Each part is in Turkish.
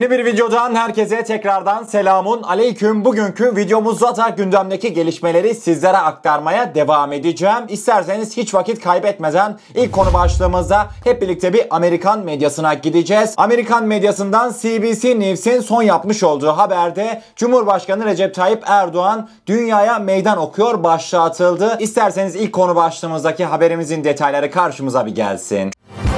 Yeni bir videodan herkese tekrardan selamun aleyküm. Bugünkü videomuzda da gündemdeki gelişmeleri sizlere aktarmaya devam edeceğim. İsterseniz hiç vakit kaybetmeden ilk konu başlığımızda hep birlikte bir Amerikan medyasına gideceğiz. Amerikan medyasından CBC News'in son yapmış olduğu haberde Cumhurbaşkanı Recep Tayyip Erdoğan dünyaya meydan okuyor başlığı atıldı. İsterseniz ilk konu başlığımızdaki haberimizin detayları karşımıza bir gelsin.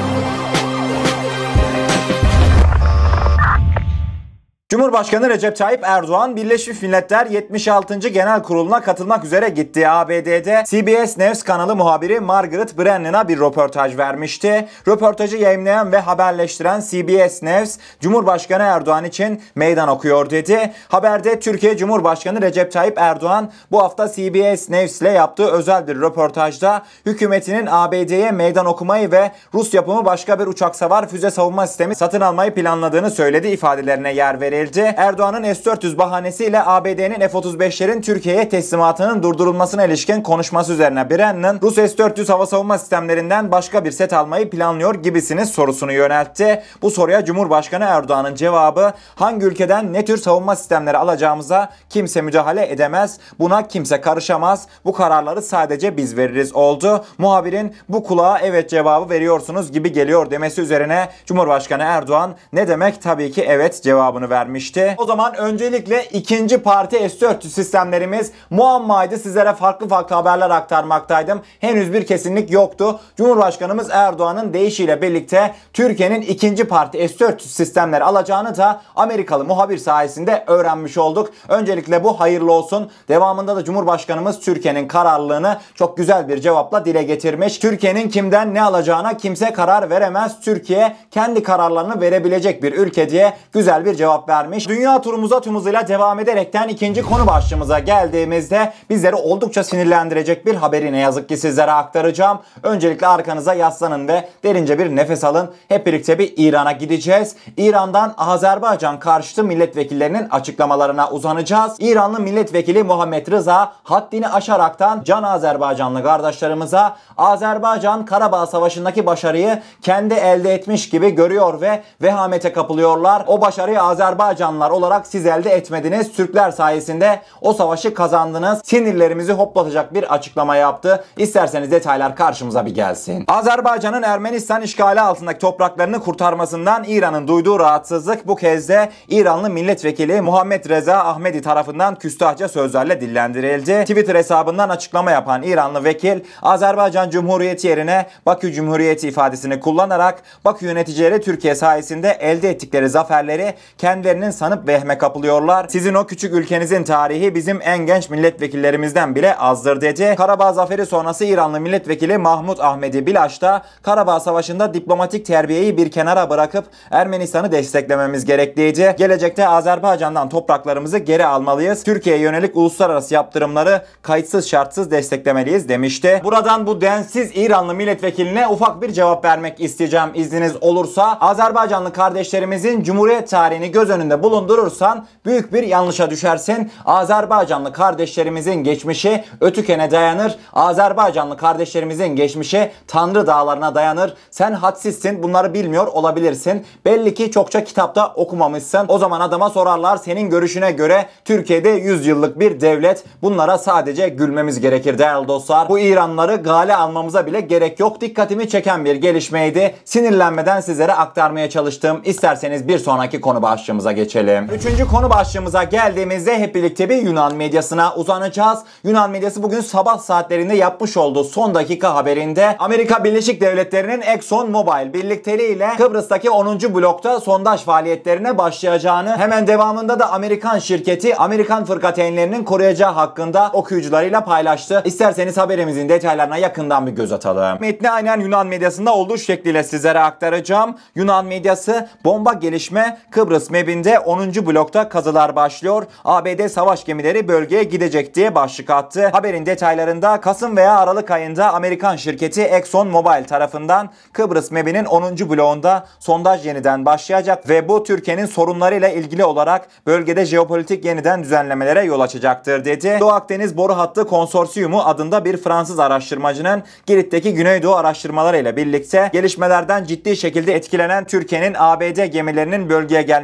Cumhurbaşkanı Recep Tayyip Erdoğan Birleşmiş Milletler 76. Genel Kurulu'na katılmak üzere gitti. ABD'de CBS News kanalı muhabiri Margaret Brennan'a bir röportaj vermişti. Röportajı yayımlayan ve haberleştiren CBS News, Cumhurbaşkanı Erdoğan için meydan okuyor dedi. Haberde Türkiye Cumhurbaşkanı Recep Tayyip Erdoğan bu hafta CBS News ile yaptığı özel bir röportajda hükümetinin ABD'ye meydan okumayı ve Rus yapımı başka bir uçak savar füze savunma sistemi satın almayı planladığını söyledi ifadelerine yer verildi. Erdoğan'ın S-400 bahanesiyle ABD'nin F-35'lerin Türkiye'ye teslimatının durdurulmasına ilişkin konuşması üzerine Brennan, Rus S-400 hava savunma sistemlerinden başka bir set almayı planlıyor gibisiniz sorusunu yöneltti. Bu soruya Cumhurbaşkanı Erdoğan'ın cevabı, hangi ülkeden ne tür savunma sistemleri alacağımıza kimse müdahale edemez, buna kimse karışamaz, bu kararları sadece biz veririz oldu. Muhabirin bu kulağa evet cevabı veriyorsunuz gibi geliyor demesi üzerine Cumhurbaşkanı Erdoğan ne demek tabii ki evet cevabını vermişti. O zaman öncelikle ikinci parti S-400 sistemlerimiz muammaydı. Sizlere farklı haberler aktarmaktaydım. Henüz bir kesinlik yoktu. Cumhurbaşkanımız Erdoğan'ın deyişiyle birlikte Türkiye'nin ikinci parti S-400 sistemleri alacağını da Amerikalı muhabir sayesinde öğrenmiş olduk. Öncelikle bu hayırlı olsun. Devamında da Cumhurbaşkanımız Türkiye'nin kararlılığını çok güzel bir cevapla dile getirmiş. Türkiye'nin kimden ne alacağına kimse karar veremez. Türkiye kendi kararlarını verebilecek bir ülke diye güzel bir cevap vermiş. Dünya turumuza tüm hızıyla devam ederekten ikinci konu başlığımıza geldiğimizde bizleri oldukça sinirlendirecek bir haberi ne yazık ki sizlere aktaracağım. Öncelikle arkanıza yaslanın ve derince bir nefes alın. Hep birlikte bir İran'a gideceğiz. İran'dan Azerbaycan karşıtı milletvekillerinin açıklamalarına uzanacağız. İranlı milletvekili Muhammed Rıza haddini aşaraktan can Azerbaycanlı kardeşlerimize Azerbaycan Karabağ Savaşı'ndaki başarıyı kendi elde etmiş gibi görüyor ve vehamete kapılıyorlar. O başarıyı Azerbaycanlılar olarak siz elde etmediniz. Türkler sayesinde o savaşı kazandınız. Sinirlerimizi hoplatacak bir açıklama yaptı. İsterseniz detaylar karşımıza bir gelsin. Azerbaycan'ın Ermenistan işgali altındaki topraklarını kurtarmasından İran'ın duyduğu rahatsızlık bu kez de İranlı milletvekili Muhammed Reza Ahmedi tarafından küstahça sözlerle dillendirildi. Twitter hesabından açıklama yapan İranlı vekil, Azerbaycan Cumhuriyeti yerine Bakü Cumhuriyeti ifadesini kullanarak Bakü yöneticileri Türkiye sayesinde elde ettikleri zaferleri kendilerinin sanıp vehme kapılıyorlar. Sizin o küçük ülkenizin tarihi bizim en genç milletvekillerimizden bile azdır dedi. Karabağ zaferi sonrası İranlı milletvekili Mahmut Ahmedi Bilaş da Karabağ Savaşı'nda diplomatik terbiyeyi bir kenara bırakıp Ermenistan'ı desteklememiz gerekliydi. Gelecekte Azerbaycan'dan topraklarımızı geri almalıyız. Türkiye'ye yönelik uluslararası yaptırımları kayıtsız şartsız desteklemeliyiz demişti. Buradan bu densiz İranlı milletvekiline ufak bir cevap vermek isteyeceğim izniniz olursa. Azerbaycanlı kardeşlerimizin Cumhuriyet tarihini göz önünde bulundurursan büyük bir yanlışa düşersin. Azerbaycanlı kardeşlerimizin geçmişi Ötüken'e dayanır. Azerbaycanlı kardeşlerimizin geçmişi Tanrı dağlarına dayanır. Sen hadsizsin, bunları bilmiyor olabilirsin. Belli ki çokça kitapta okumamışsın. O zaman adama sorarlar, senin görüşüne göre Türkiye'de 100 yıllık bir devlet. Bunlara sadece gülmemiz gerekir değerli dostlar. Bu İranlıları gale almamıza bile gerek yok. Dikkatimi çeken bir gelişmeydi. Sinirlenmeden sizlere aktarmaya çalıştım. İsterseniz bir sonraki konu başlığımıza geçelim. Üçüncü konu başlığımıza geldiğimizde hep birlikte bir Yunan medyasına uzanacağız. Yunan medyası bugün sabah saatlerinde yapmış olduğu son dakika haberinde Amerika Birleşik Devletleri'nin Exxon Mobil birlikteliği ile Kıbrıs'taki 10. blokta sondaj faaliyetlerine başlayacağını, hemen devamında da Amerikan şirketi Amerikan fırkateynlerinin koruyacağı hakkında okuyucularıyla paylaştı. İsterseniz haberimizin detaylarına yakından bir göz atalım. Metni aynen Yunan medyasında olduğu şekliyle sizlere aktaracağım. Yunan medyası bomba gelişme Kıbrıs MEB'inde 10. blokta kazılar başlıyor. ABD savaş gemileri bölgeye gidecek diye başlık attı. Haberin detaylarında Kasım veya Aralık ayında Amerikan şirketi Exxon Mobil tarafından Kıbrıs MEB'inin 10. bloğunda sondaj yeniden başlayacak ve bu Türkiye'nin sorunlarıyla ilgili olarak bölgede jeopolitik yeniden düzenlemelere yol açacaktır dedi. Doğu Akdeniz Boru Hattı Konsorsiyumu adında bir Fransız araştırmacının Girit'teki Güneydoğu araştırmaları ile birlikte gelişmelerden ciddi şekilde etkilenen Türkiye'nin ABD gemilerinin bölgeye gelmesine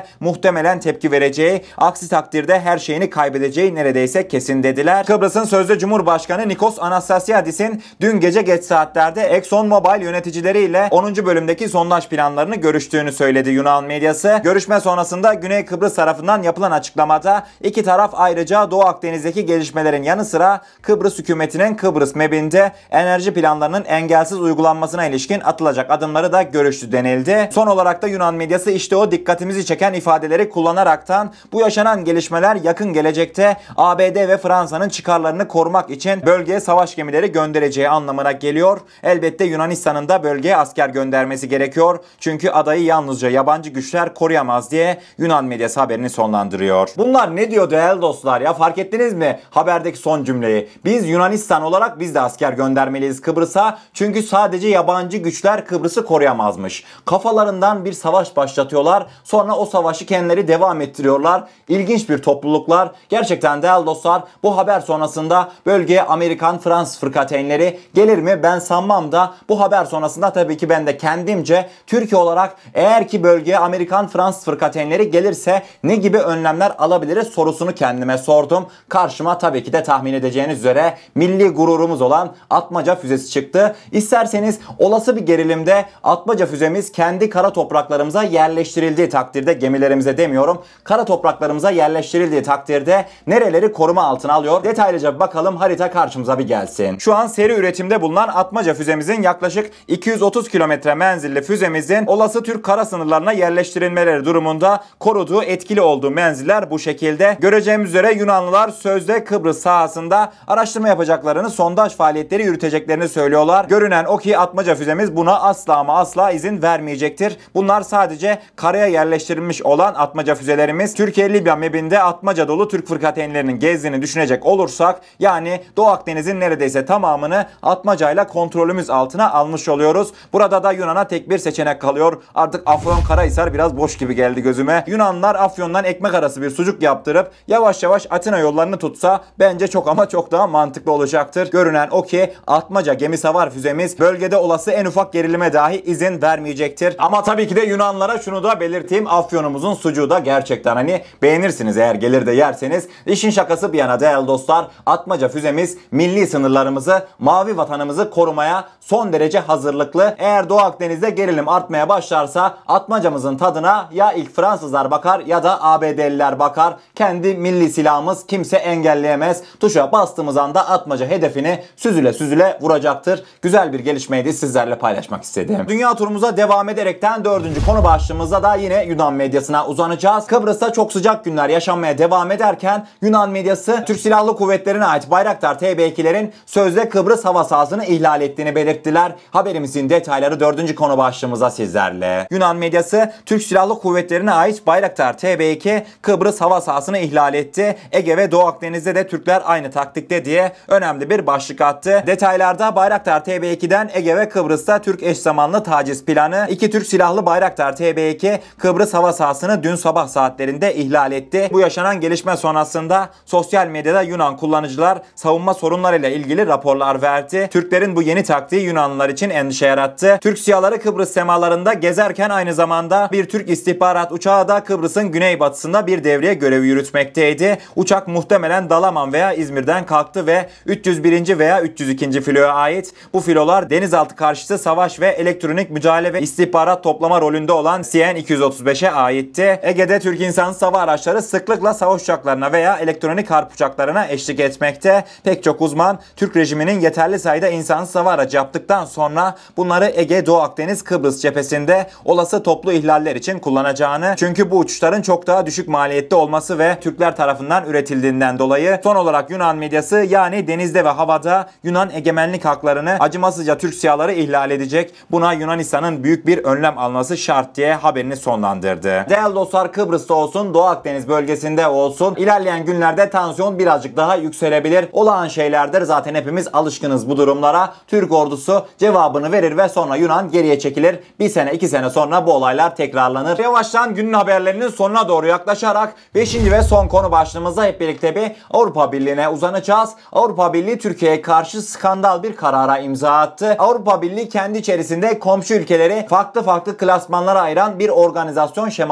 muhtemelen tepki vereceği, aksi takdirde her şeyini kaybedeceği neredeyse kesin dediler. Kıbrıs'ın sözde Cumhurbaşkanı Nikos Anastasiadis'in dün gece geç saatlerde ExxonMobil yöneticileriyle 10. bölümdeki sondaj planlarını görüştüğünü söyledi Yunan medyası. Görüşme sonrasında Güney Kıbrıs tarafından yapılan açıklamada iki taraf ayrıca Doğu Akdeniz'deki gelişmelerin yanı sıra Kıbrıs hükümetinin Kıbrıs MEB'inde enerji planlarının engelsiz uygulanmasına ilişkin atılacak adımları da görüştü denildi. Son olarak da Yunan medyası işte o dikkatimizi çeken ifadeleri kullanaraktan bu yaşanan gelişmeler yakın gelecekte ABD ve Fransa'nın çıkarlarını korumak için bölgeye savaş gemileri göndereceği anlamına geliyor. Elbette Yunanistan'ın da bölgeye asker göndermesi gerekiyor. Çünkü adayı yalnızca yabancı güçler koruyamaz diye Yunan medyası haberini sonlandırıyor. Bunlar ne diyor değerli dostlar ya, fark ettiniz mi haberdeki son cümleyi? Biz Yunanistan olarak biz de asker göndermeliyiz Kıbrıs'a. Çünkü sadece yabancı güçler Kıbrıs'ı koruyamazmış. Kafalarından bir savaş başlatıyorlar. Sonra o savaşı kendileri devam ettiriyorlar. İlginç bir topluluklar. Gerçekten değerli dostlar, bu haber sonrasında bölgeye Amerikan-Fransız fırkateynleri gelir mi? Ben sanmam da bu haber sonrasında tabii ki ben de kendimce Türkiye olarak eğer ki bölgeye Amerikan-Fransız fırkateynleri gelirse ne gibi önlemler alabiliriz sorusunu kendime sordum. Karşıma tabii ki de tahmin edeceğiniz üzere milli gururumuz olan Atmaca füzesi çıktı. İsterseniz olası bir gerilimde Atmaca füzemiz kendi kara topraklarımıza yerleştirildiği takdirde, gemilerimize demiyorum, kara topraklarımıza yerleştirildiği takdirde nereleri koruma altına alıyor? Detaylıca bir bakalım, harita karşımıza bir gelsin. Şu an seri üretimde bulunan Atmaca füzemizin yaklaşık 230 kilometre menzilli füzemizin olası Türk kara sınırlarına yerleştirilmeleri durumunda koruduğu, etkili olduğu menziller bu şekilde. Göreceğimiz üzere Yunanlılar sözde Kıbrıs sahasında araştırma yapacaklarını, sondaj faaliyetleri yürüteceklerini söylüyorlar. Görünen o ki Atmaca füzemiz buna asla ama asla izin vermeyecektir. Bunlar sadece karaya yerleştirilmiş olan Atmaca füzelerimiz. Türkiye-Libya MEB'inde Atmaca dolu Türk fırkateynlerinin gezdiğini düşünecek olursak, yani Doğu Akdeniz'in neredeyse tamamını Atmaca'yla kontrolümüz altına almış oluyoruz. Burada da Yunan'a tek bir seçenek kalıyor. Artık Afyonkarahisar biraz boş gibi geldi gözüme. Yunanlar Afyon'dan ekmek arası bir sucuk yaptırıp yavaş yavaş Atina yollarını tutsa bence çok ama çok daha mantıklı olacaktır. Görünen o ki Atmaca gemisavar füzemiz bölgede olası en ufak gerilime dahi izin vermeyecektir. Ama tabii ki de Yunanlara şunu da belirteyim. Afyonumuzun sucuğu da gerçekten hani beğenirsiniz eğer gelir de yerseniz. İşin şakası bir yana değerli dostlar, Atmaca füzemiz milli sınırlarımızı, mavi vatanımızı korumaya son derece hazırlıklı. Eğer Doğu Akdeniz'de gerilim artmaya başlarsa Atmacamızın tadına ya ilk Fransızlar bakar ya da ABD'liler bakar. Kendi milli silahımız kimse engelleyemez. Tuşa bastığımız anda Atmaca hedefini süzüle süzüle vuracaktır. Güzel bir gelişmeyi sizlerle paylaşmak istedim. Dünya turumuza devam ederekten 4. konu başlığımızda da yine Yunan medyasına uzanacağız. Kıbrıs'ta çok sıcak günler yaşanmaya devam ederken Yunan medyası Türk Silahlı Kuvvetleri'ne ait Bayraktar TB2'lerin sözde Kıbrıs hava sahasını ihlal ettiğini belirttiler. Haberimizin detayları 4. konu başlığımızda sizlerle. Yunan medyası Türk Silahlı Kuvvetleri'ne ait Bayraktar TB2 Kıbrıs hava sahasını ihlal etti. Ege ve Doğu Akdeniz'de de Türkler aynı taktikte diye önemli bir başlık attı. Detaylarda Bayraktar TB2'den Ege ve Kıbrıs'ta Türk eş zamanlı taciz planı. İki Türk silahlı Bayraktar TB2 Kıbrıs hava sahasını dün sabah saatlerinde ihlal etti. Bu yaşanan gelişme sonrasında sosyal medyada Yunan kullanıcılar savunma sorunlarıyla ilgili raporlar verdi. Türklerin bu yeni taktiği Yunanlılar için endişe yarattı. Türk SİHA'ları Kıbrıs semalarında gezerken aynı zamanda bir Türk istihbarat uçağı da Kıbrıs'ın güneybatısında bir devriye görevi yürütmekteydi. Uçak muhtemelen Dalaman veya İzmir'den kalktı ve 301. veya 302. filoya ait. Bu filolar denizaltı karşıtı savaş ve elektronik müdahale ve istihbarat toplama rolünde olan CN-235'e aitti. Ege'de Türk insansız hava araçları sıklıkla savaş uçaklarına veya elektronik harp uçaklarına eşlik etmekte. Pek çok uzman Türk rejiminin yeterli sayıda insansız hava aracı yaptıktan sonra bunları Ege, Doğu Akdeniz, Kıbrıs cephesinde olası toplu ihlaller için kullanacağını, çünkü bu uçuşların çok daha düşük maliyetli olması ve Türkler tarafından üretildiğinden dolayı. Son olarak Yunan medyası yani denizde ve havada Yunan egemenlik haklarını acımasızca Türk SİHA'ları ihlal edecek. Buna Yunanistan'ın büyük bir önlem alması şart diye haberini sonlandırdı. Değerli dostlar, Kıbrıs'ta olsun, Doğu Akdeniz bölgesinde olsun ilerleyen günlerde tansiyon birazcık daha yükselebilir. Olağan şeylerdir. Zaten hepimiz alışkınız bu durumlara. Türk ordusu cevabını verir ve sonra Yunan geriye çekilir. Bir sene 2 sene sonra bu olaylar tekrarlanır. Yavaştan günün haberlerinin sonuna doğru yaklaşarak 5. ve son konu başlığımızda hep birlikte bir Avrupa Birliği'ne uzanacağız. Avrupa Birliği Türkiye'ye karşı skandal bir karara imza attı. Avrupa Birliği kendi içerisinde komşu ülkeleri farklı farklı klasmanlara ayıran bir organizasyon şeması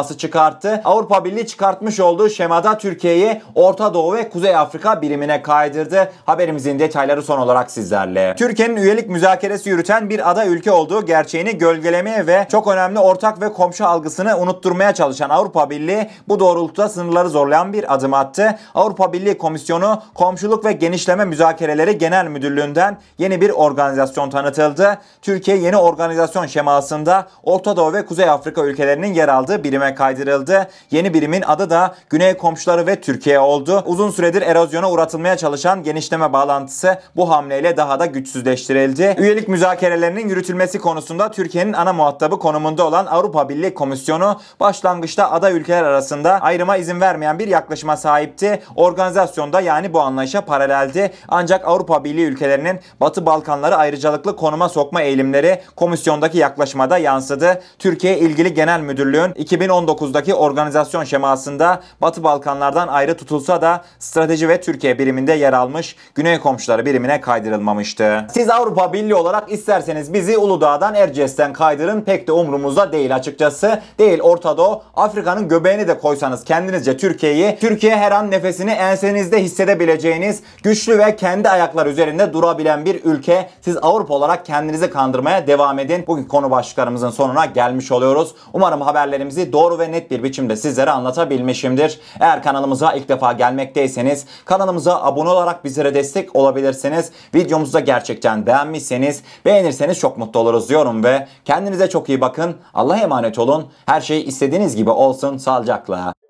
şeması çıkarttı. Avrupa Birliği çıkartmış olduğu şemada Türkiye'yi Orta Doğu ve Kuzey Afrika birimine kaydırdı. Haberimizin detayları son olarak sizlerle. Türkiye'nin üyelik müzakeresi yürüten bir aday ülke olduğu gerçeğini gölgelemeye ve çok önemli ortak ve komşu algısını unutturmaya çalışan Avrupa Birliği bu doğrultuda sınırları zorlayan bir adım attı. Avrupa Birliği Komisyonu Komşuluk ve Genişleme Müzakereleri Genel Müdürlüğü'nden yeni bir organizasyon tanıtıldı. Türkiye yeni organizasyon şemasında Orta Doğu ve Kuzey Afrika ülkelerinin yer aldığı birime kaydırıldı. Yeni birimin adı da Güney Komşuları ve Türkiye oldu. Uzun süredir erozyona uğratılmaya çalışan genişleme bağlantısı bu hamleyle daha da güçsüzleştirildi. Üyelik müzakerelerinin yürütülmesi konusunda Türkiye'nin ana muhatabı konumunda olan Avrupa Birliği Komisyonu başlangıçta aday ülkeler arasında ayrıma izin vermeyen bir yaklaşıma sahipti. Organizasyonda yani bu anlayışa paraleldi. Ancak Avrupa Birliği ülkelerinin Batı Balkanları ayrıcalıklı konuma sokma eğilimleri komisyondaki yaklaşmada yansıdı. Türkiye İlgili Genel Müdürlüğün 2019'daki organizasyon şemasında Batı Balkanlardan ayrı tutulsa da strateji ve Türkiye biriminde yer almış, Güney Komşuları birimine kaydırılmamıştı. Siz Avrupa Birliği olarak isterseniz bizi Uludağ'dan Erciyes'ten kaydırın, pek de umurumuzda değil açıkçası. Değil Orta Doğu, Afrika'nın göbeğini de koysanız kendinizce Türkiye'yi, Türkiye her an nefesini ensenizde hissedebileceğiniz, güçlü ve kendi ayakları üzerinde durabilen bir ülke. Siz Avrupa olarak kendinizi kandırmaya devam edin. Bugün konu başlıklarımızın sonuna gelmiş oluyoruz. Umarım haberlerimizi doğru ve net bir biçimde sizlere anlatabilmişimdir. Eğer kanalımıza ilk defa gelmekteyseniz kanalımıza abone olarak bizlere destek olabilirsiniz. Videomuzu da gerçekten beğenmişseniz, beğenirseniz çok mutlu oluruz diyorum ve kendinize çok iyi bakın. Allah'a emanet olun. Her şey istediğiniz gibi olsun. Sağlıcakla.